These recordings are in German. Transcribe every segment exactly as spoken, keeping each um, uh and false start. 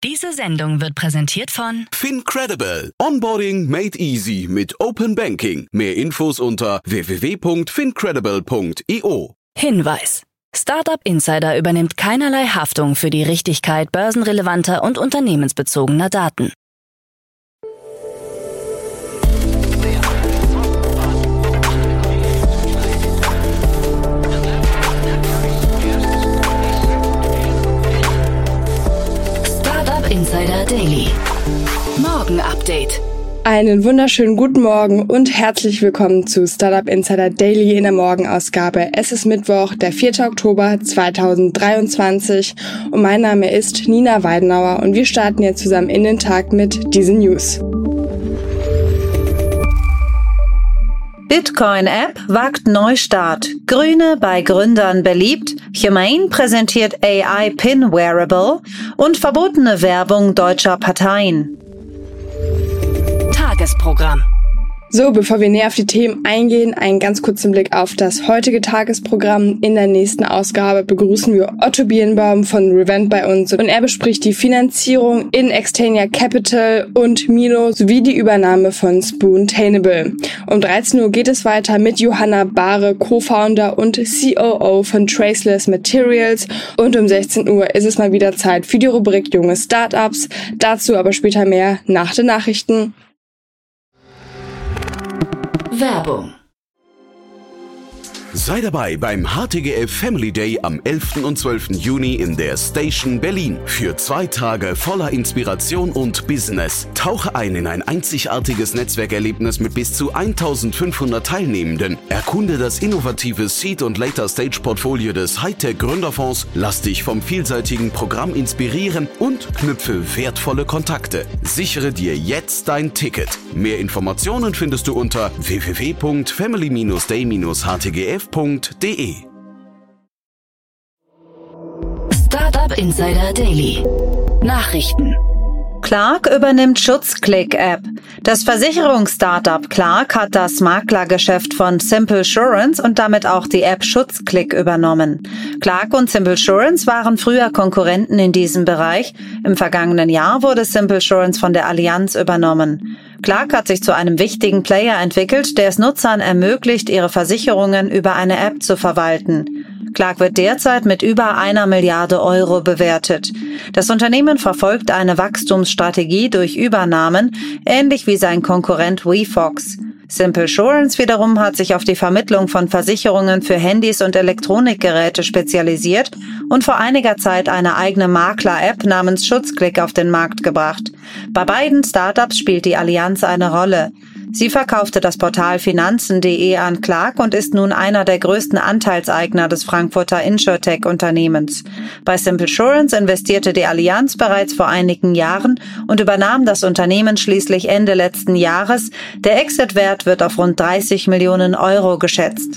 Diese Sendung wird präsentiert von FinCredible. Onboarding made easy mit Open Banking. Mehr Infos unter w w w punkt fincredible punkt i o. Hinweis. Startup Insider übernimmt keinerlei Haftung für die Richtigkeit börsenrelevanter und unternehmensbezogener Daten. Startup Insider Daily. Morgen Update. Einen wunderschönen guten Morgen und herzlich willkommen zu Startup Insider Daily in der Morgenausgabe. Es ist Mittwoch, der vierte Oktober zweitausenddreiundzwanzig und mein Name ist Nina Weidenauer und wir starten jetzt zusammen in den Tag mit diesen News. Bitcoin-App wagt Neustart. Grüne bei Gründern beliebt. Humane präsentiert A I-Pin-Wearable und verbotene Werbung deutscher Parteien. Tagesprogramm. So, bevor wir näher auf die Themen eingehen, einen ganz kurzen Blick auf das heutige Tagesprogramm. In der nächsten Ausgabe begrüßen wir Otto Birnbaum von Revent bei uns und er bespricht die Finanzierung in Extania Capital und Milo sowie die Übernahme von Spoontainable. Um dreizehn Uhr geht es weiter mit Johanna Bahre, Co-Founder und C O O von Traceless Materials und um sechzehn Uhr ist es mal wieder Zeit für die Rubrik Junge Startups. Dazu aber später mehr nach den Nachrichten. Werbung. Sei dabei beim H T G F Family Day am elften und zwölften Juni in der Station Berlin. Für zwei Tage voller Inspiration und Business. Tauche ein in ein einzigartiges Netzwerkerlebnis mit bis zu eintausendfünfhundert Teilnehmenden. Erkunde das innovative Seed- und Later-Stage-Portfolio des Hightech-Gründerfonds. Lass dich vom vielseitigen Programm inspirieren und knüpfe wertvolle Kontakte. Sichere dir jetzt dein Ticket. Mehr Informationen findest du unter w w w punkt family day dash h t g f punkt d e. Startup Insider Daily. Nachrichten. Clark übernimmt Schutzklick-App. Das Versicherungs-Startup Clark hat das Maklergeschäft von SimpleSurance und damit auch die App Schutzklick übernommen. Clark und SimpleSurance waren früher Konkurrenten in diesem Bereich. Im vergangenen Jahr wurde SimpleSurance von der Allianz übernommen. Clark hat sich zu einem wichtigen Player entwickelt, der es Nutzern ermöglicht, ihre Versicherungen über eine App zu verwalten. Clark wird derzeit mit über einer Milliarde Euro bewertet. Das Unternehmen verfolgt eine Wachstumsstrategie durch Übernahmen, ähnlich wie sein Konkurrent WeFox. SimpleSurance wiederum hat sich auf die Vermittlung von Versicherungen für Handys und Elektronikgeräte spezialisiert und vor einiger Zeit eine eigene Makler-App namens Schutzklick auf den Markt gebracht. Bei beiden Startups spielt die Allianz eine Rolle. Sie verkaufte das Portal Finanzen punkt de an Clark und ist nun einer der größten Anteilseigner des Frankfurter Insurtech-Unternehmens. Bei SimpleSurance investierte die Allianz bereits vor einigen Jahren und übernahm das Unternehmen schließlich Ende letzten Jahres. Der Exit-Wert wird auf rund dreißig Millionen Euro geschätzt.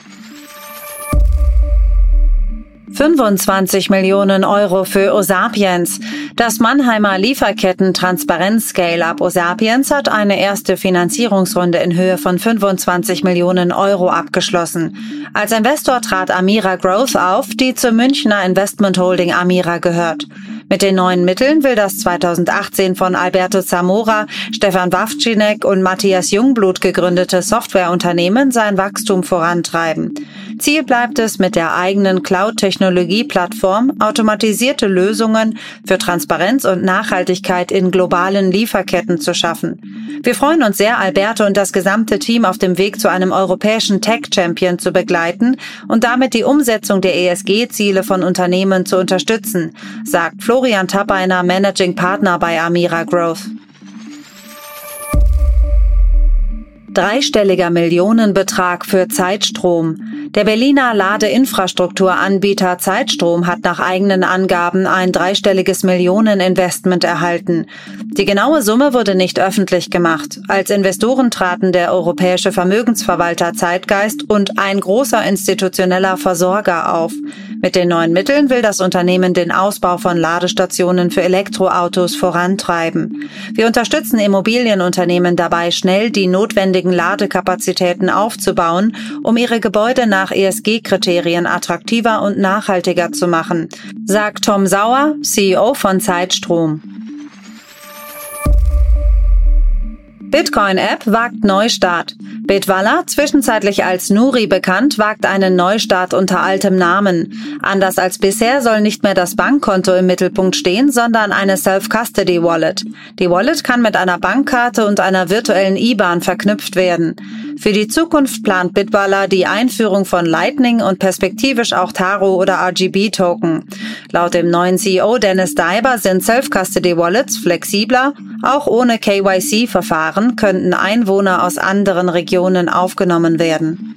fünfundzwanzig Millionen Euro für Osapiens. Das Mannheimer Lieferketten-Transparenz-Scale-Up Osapiens hat eine erste Finanzierungsrunde in Höhe von fünfundzwanzig Millionen Euro abgeschlossen. Als Investor trat Amira Growth auf, die zur Münchner Investment Holding Amira gehört. Mit den neuen Mitteln will das zweitausendachtzehn von Alberto Zamora, Stefan Wawczynek und Matthias Jungblut gegründete Softwareunternehmen sein Wachstum vorantreiben. Ziel bleibt es, mit der eigenen Cloud-Technologie-Plattform automatisierte Lösungen für Transparenz und Nachhaltigkeit in globalen Lieferketten zu schaffen. Wir freuen uns sehr, Alberto und das gesamte Team auf dem Weg zu einem europäischen Tech-Champion zu begleiten und damit die Umsetzung der E S G-Ziele von Unternehmen zu unterstützen, sagt Florian Tappeiner, Managing Partner bei Amira Growth. Dreistelliger Millionenbetrag für Zeitstrom. Der Berliner Ladeinfrastrukturanbieter Zeitstrom hat nach eigenen Angaben ein dreistelliges Millioneninvestment erhalten. Die genaue Summe wurde nicht öffentlich gemacht. Als Investoren traten der europäische Vermögensverwalter Zeitgeist und ein großer institutioneller Versorger auf. Mit den neuen Mitteln will das Unternehmen den Ausbau von Ladestationen für Elektroautos vorantreiben. Wir unterstützen Immobilienunternehmen dabei, schnell die notwendigen niedrigen Ladekapazitäten aufzubauen, um ihre Gebäude nach E S G-Kriterien attraktiver und nachhaltiger zu machen, sagt Tom Sauer, C E O von Zeitstrom. Bitcoin-App wagt Neustart. Bitwala, zwischenzeitlich als Nuri bekannt, wagt einen Neustart unter altem Namen. Anders als bisher soll nicht mehr das Bankkonto im Mittelpunkt stehen, sondern eine Self-Custody-Wallet. Die Wallet kann mit einer Bankkarte und einer virtuellen I B A N verknüpft werden. Für die Zukunft plant Bitwala die Einführung von Lightning und perspektivisch auch Taro oder R G B-Token. Laut dem neuen C E O Dennis Daiber sind Self-Custody-Wallets flexibler. Auch ohne K Y C-Verfahren könnten Einwohner aus anderen Regionen aufgenommen werden.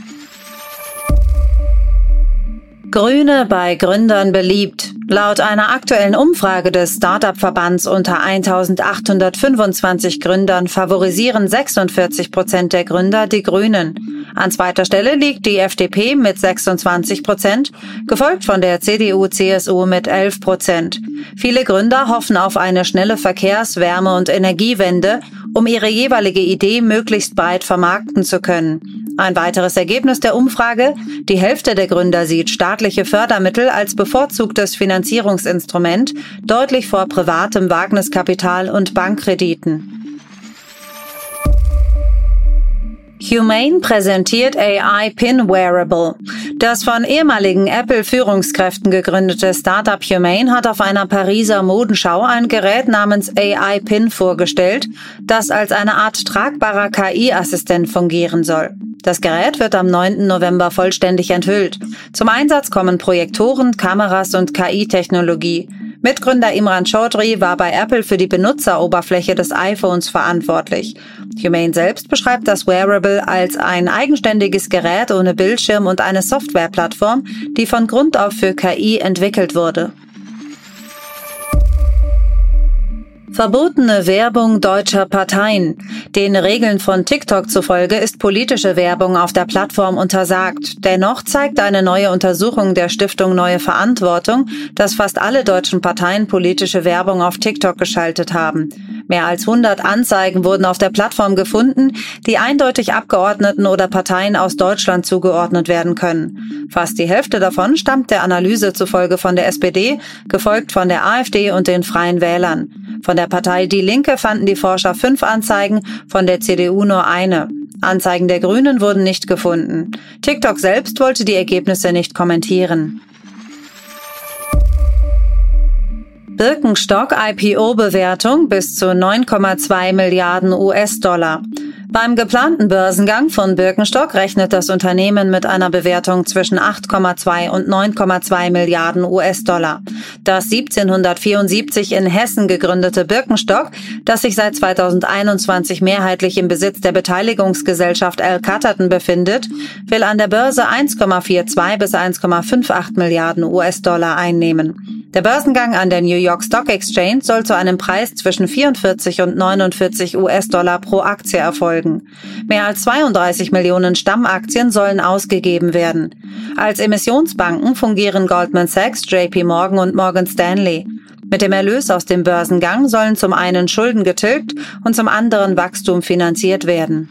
Grüne bei Gründern beliebt. Laut einer aktuellen Umfrage des Startup-Verbands unter eintausendachthundertfünfundzwanzig Gründern favorisieren sechsundvierzig Prozent der Gründer die Grünen. An zweiter Stelle liegt die F D P mit sechsundzwanzig Prozent, gefolgt von der C D U C S U mit elf Prozent. Viele Gründer hoffen auf eine schnelle Verkehrs-, Wärme- und Energiewende, um ihre jeweilige Idee möglichst breit vermarkten zu können. Ein weiteres Ergebnis der Umfrage: Die Hälfte der Gründer sieht staatliche Fördermittel als bevorzugtes Finanzierungsinstrument, deutlich vor privatem Wagniskapital und Bankkrediten. Humane präsentiert A I-Pin-Wearable. Das von ehemaligen Apple-Führungskräften gegründete Startup Humane hat auf einer Pariser Modenschau ein Gerät namens A I-Pin vorgestellt, das als eine Art tragbarer K I-Assistent fungieren soll. Das Gerät wird am neunten November vollständig enthüllt. Zum Einsatz kommen Projektoren, Kameras und K I-Technologie. Mitgründer Imran Chaudhry war bei Apple für die Benutzeroberfläche des iPhones verantwortlich. Humane selbst beschreibt das Wearable als ein eigenständiges Gerät ohne Bildschirm und eine Softwareplattform, die von Grund auf für K I entwickelt wurde. Verbotene Werbung deutscher Parteien. Den Regeln von TikTok zufolge ist politische Werbung auf der Plattform untersagt. Dennoch zeigt eine neue Untersuchung der Stiftung Neue Verantwortung, dass fast alle deutschen Parteien politische Werbung auf TikTok geschaltet haben. Mehr als hundert Anzeigen wurden auf der Plattform gefunden, die eindeutig Abgeordneten oder Parteien aus Deutschland zugeordnet werden können. Fast die Hälfte davon stammt der Analyse zufolge von der S P D, gefolgt von der AfD und den Freien Wählern. Von der Partei Die Linke fanden die Forscher fünf Anzeigen, von der C D U nur eine. Anzeigen der Grünen wurden nicht gefunden. TikTok selbst wollte die Ergebnisse nicht kommentieren. Birkenstock I P O-Bewertung bis zu neun Komma zwei Milliarden U S-Dollar. Beim geplanten Börsengang von Birkenstock rechnet das Unternehmen mit einer Bewertung zwischen acht Komma zwei und neun Komma zwei Milliarden U S-Dollar. Das siebzehnhundertvierundsiebzig in Hessen gegründete Birkenstock, das sich seit zweitausendeinundzwanzig mehrheitlich im Besitz der Beteiligungsgesellschaft L Catterton befindet, will an der Börse eins Komma zweiundvierzig bis eins Komma achtundfünfzig Milliarden U S-Dollar einnehmen. Der Börsengang an der New York Stock Exchange soll zu einem Preis zwischen vierundvierzig und neunundvierzig U S-Dollar pro Aktie erfolgen. Mehr als zweiunddreißig Millionen Stammaktien sollen ausgegeben werden. Als Emissionsbanken fungieren Goldman Sachs, J P Morgan und Morgan Stanley. Mit dem Erlös aus dem Börsengang sollen zum einen Schulden getilgt und zum anderen Wachstum finanziert werden.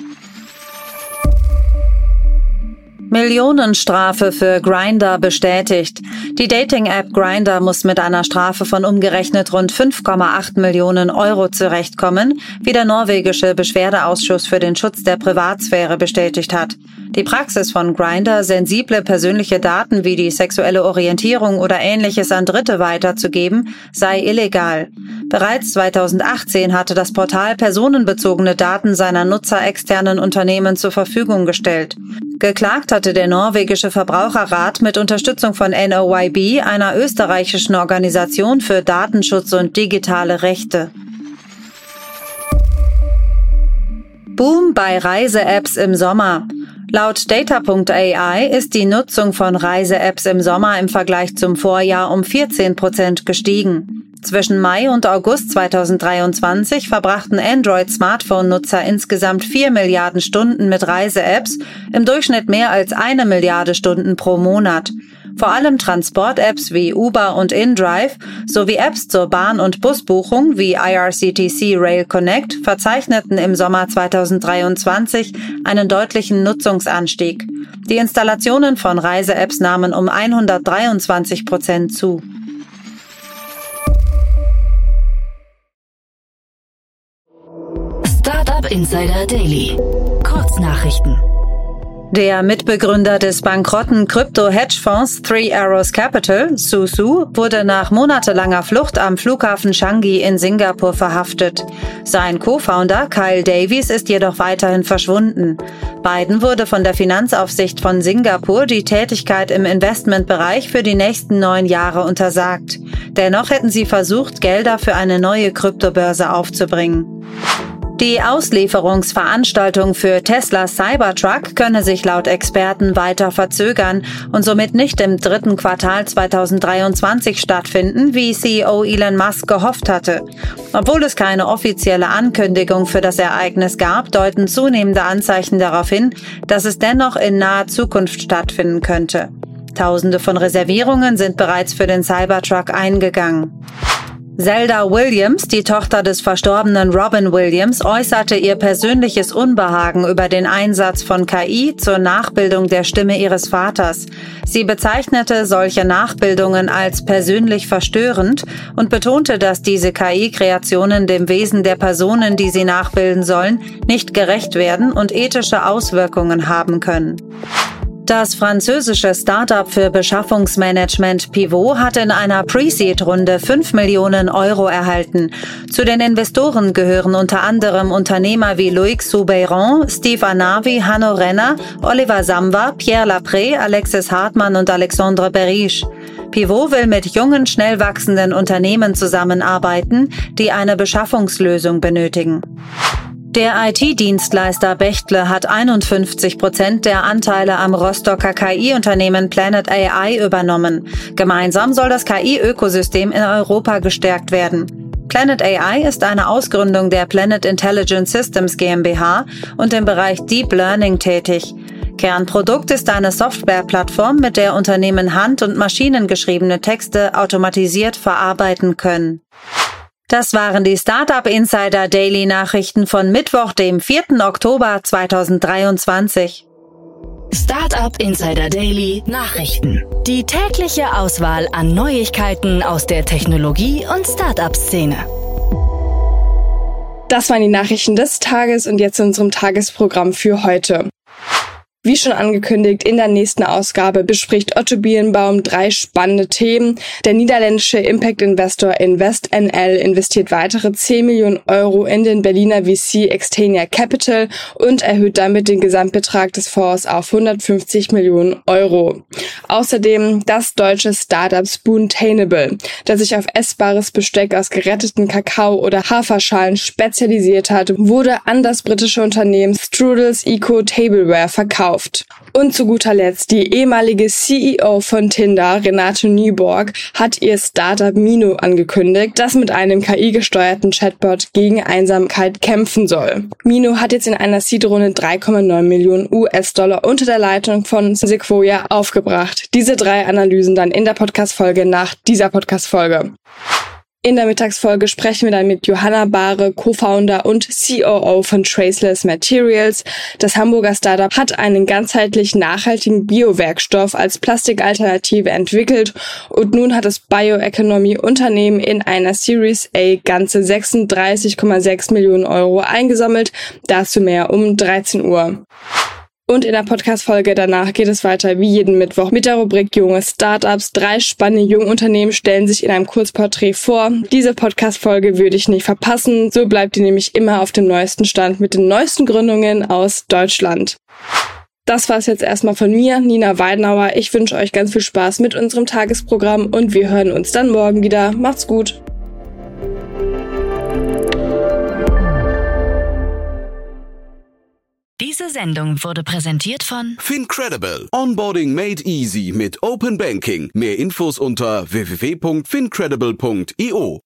Millionenstrafe für Grindr bestätigt. Die Dating-App Grindr muss mit einer Strafe von umgerechnet rund fünf Komma acht Millionen Euro zurechtkommen, wie der norwegische Beschwerdeausschuss für den Schutz der Privatsphäre bestätigt hat. Die Praxis von Grindr, sensible persönliche Daten wie die sexuelle Orientierung oder Ähnliches an Dritte weiterzugeben, sei illegal. Bereits zweitausendachtzehn hatte das Portal personenbezogene Daten seiner Nutzer externen Unternehmen zur Verfügung gestellt. Geklagt hatte der norwegische Verbraucherrat mit Unterstützung von N O Y B, einer österreichischen Organisation für Datenschutz und digitale Rechte. Boom bei Reise-Apps im Sommer. Laut Data Punkt A I ist die Nutzung von Reise-Apps im Sommer im Vergleich zum Vorjahr um vierzehn Prozent gestiegen. Zwischen Mai und August zweitausenddreiundzwanzig verbrachten Android-Smartphone-Nutzer insgesamt vier Milliarden Stunden mit Reise-Apps, im Durchschnitt mehr als eine Milliarde Stunden pro Monat. Vor allem Transport-Apps wie Uber und InDrive sowie Apps zur Bahn- und Busbuchung wie I R C T C Rail Connect verzeichneten im Sommer zweitausenddreiundzwanzig einen deutlichen Nutzungsanstieg. Die Installationen von Reise-Apps nahmen um hundertdreiundzwanzig Prozent zu. Startup Insider Daily. Kurznachrichten. Der Mitbegründer des bankrotten Krypto-Hedgefonds Three Arrows Capital, Su Su, wurde nach monatelanger Flucht am Flughafen Changi in Singapur verhaftet. Sein Co-Founder Kyle Davies ist jedoch weiterhin verschwunden. Beiden wurde von der Finanzaufsicht von Singapur die Tätigkeit im Investmentbereich für die nächsten neun Jahre untersagt. Dennoch hätten sie versucht, Gelder für eine neue Kryptobörse aufzubringen. Die Auslieferungsveranstaltung für Teslas Cybertruck könne sich laut Experten weiter verzögern und somit nicht im dritten Quartal zweitausenddreiundzwanzig stattfinden, wie C E O Elon Musk gehofft hatte. Obwohl es keine offizielle Ankündigung für das Ereignis gab, deuten zunehmende Anzeichen darauf hin, dass es dennoch in naher Zukunft stattfinden könnte. Tausende von Reservierungen sind bereits für den Cybertruck eingegangen. Zelda Williams, die Tochter des verstorbenen Robin Williams, äußerte ihr persönliches Unbehagen über den Einsatz von K I zur Nachbildung der Stimme ihres Vaters. Sie bezeichnete solche Nachbildungen als persönlich verstörend und betonte, dass diese K I-Kreationen dem Wesen der Personen, die sie nachbilden sollen, nicht gerecht werden und ethische Auswirkungen haben können. Das französische Startup für Beschaffungsmanagement Pivot hat in einer Pre-Seed-Runde fünf Millionen Euro erhalten. Zu den Investoren gehören unter anderem Unternehmer wie Loïc Soubeyran, Steve Anavi, Hanno Renner, Oliver Samba, Pierre Lapré, Alexis Hartmann und Alexandre Beriche. Pivot will mit jungen, schnell wachsenden Unternehmen zusammenarbeiten, die eine Beschaffungslösung benötigen. Der I T-Dienstleister Bechtle hat einundfünfzig Prozent der Anteile am Rostocker K I-Unternehmen Planet A I übernommen. Gemeinsam soll das K I-Ökosystem in Europa gestärkt werden. Planet A I ist eine Ausgründung der Planet Intelligent Systems GmbH und im Bereich Deep Learning tätig. Kernprodukt ist eine Softwareplattform, mit der Unternehmen hand- und maschinengeschriebene Texte automatisiert verarbeiten können. Das waren die Startup Insider Daily Nachrichten von Mittwoch, dem vierten Oktober zweitausenddreiundzwanzig. Startup Insider Daily Nachrichten. Die tägliche Auswahl an Neuigkeiten aus der Technologie- und Startup-Szene. Das waren die Nachrichten des Tages und jetzt zu unserem Tagesprogramm für heute. Wie schon angekündigt, in der nächsten Ausgabe bespricht Otto Birnbaum drei spannende Themen. Der niederländische Impact-Investor Invest N L investiert weitere zehn Millionen Euro in den Berliner V C Extania Capital und erhöht damit den Gesamtbetrag des Fonds auf hundertfünfzig Millionen Euro. Außerdem das deutsche Startup Spoontainable, das sich auf essbares Besteck aus geretteten Kakao- oder Haferschalen spezialisiert hat, wurde an das britische Unternehmen Strudels Eco Tableware verkauft. Und zu guter Letzt, die ehemalige C E O von Tinder, Renate Nyborg, hat ihr Startup Mino angekündigt, das mit einem K I-gesteuerten Chatbot gegen Einsamkeit kämpfen soll. Mino hat jetzt in einer Seed-Runde drei Komma neun Millionen U S-Dollar unter der Leitung von Sequoia aufgebracht. Diese drei Analysen dann in der Podcast-Folge nach dieser Podcast-Folge. In der Mittagsfolge sprechen wir dann mit Johanna Bahre, Co-Founder und C O O von Traceless Materials. Das Hamburger Startup hat einen ganzheitlich nachhaltigen Biowerkstoff als Plastikalternative entwickelt und nun hat das Bioeconomy-Unternehmen in einer Series A ganze sechsunddreißig Komma sechs Millionen Euro eingesammelt. Dazu mehr um dreizehn Uhr. Und in der Podcast-Folge danach geht es weiter wie jeden Mittwoch mit der Rubrik Junge Startups. Drei spannende Jungunternehmen stellen sich in einem Kurzporträt vor. Diese Podcast-Folge würde ich nicht verpassen. So bleibt ihr nämlich immer auf dem neuesten Stand mit den neuesten Gründungen aus Deutschland. Das war's jetzt erstmal von mir, Nina Weidenauer. Ich wünsche euch ganz viel Spaß mit unserem Tagesprogramm und wir hören uns dann morgen wieder. Macht's gut! Diese Sendung wurde präsentiert von Fincredible. Onboarding made easy mit Open Banking. Mehr Infos unter w w w punkt fincredible punkt i o.